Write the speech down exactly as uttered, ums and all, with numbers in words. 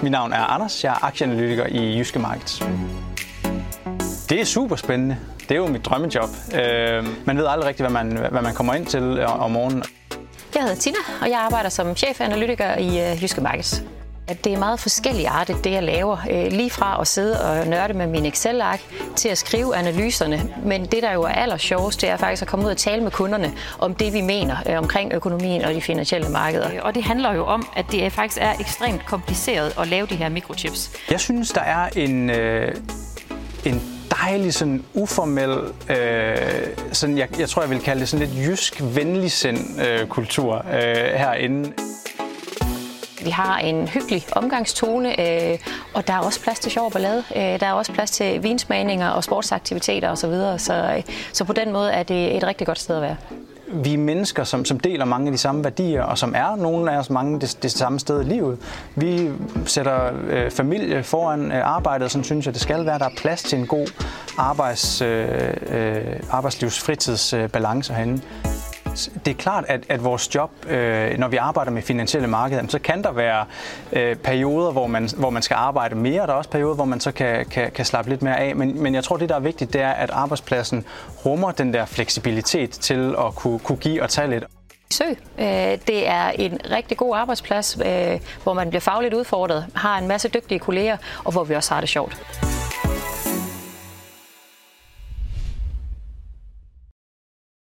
Mit navn er Anders, jeg er aktieanalytiker i Jyske Markets. Det er super spændende. Det er jo mit drømmejob. Man ved aldrig rigtigt, hvad man, hvad man kommer ind til om morgenen. Jeg hedder Tina, og jeg arbejder som chefanalytiker i Jyske Markets. Det er meget forskelligartet, det jeg laver. Lige fra at sidde og nørde med mine Excel-ark til at skrive analyserne. Men det, der jo er allersjovest, det er faktisk at komme ud og tale med kunderne om det, vi mener omkring økonomien og de finansielle markeder. Og det handler jo om, at det faktisk er ekstremt kompliceret at lave de her mikrochips. Jeg synes, der er en, øh, en dejlig, sådan uformel, øh, sådan, jeg, jeg tror, jeg vil kalde det sådan lidt jysk venligsind øh, kultur øh, herinde. Vi har en hyggelig omgangstone, øh, og der er også plads til sjov og ballade. Øh, der er også plads til vinsmagninger og sportsaktiviteter osv. Så, så, øh, så på den måde er det et rigtig godt sted at være. Vi er mennesker, som, som deler mange af de samme værdier, og som er nogle af os mange det, det samme sted i livet. Vi sætter øh, familie foran øh, arbejdet, og sådan synes jeg, det skal være. Der er plads til en god arbejds, øh, øh, arbejdslivs-fritidsbalance øh, herinde. Det er klart, at, at vores job, øh, når vi arbejder med finansielle markeder, så kan der være øh, perioder, hvor man, hvor man skal arbejde mere, og der er også perioder, hvor man så kan, kan, kan slappe lidt mere af. Men, men jeg tror, det, der er vigtigt, det er, at arbejdspladsen rummer den der fleksibilitet til at kunne, kunne give og tage lidt. Sø. Det er en rigtig god arbejdsplads, hvor man bliver fagligt udfordret, har en masse dygtige kolleger, og hvor vi også har det sjovt.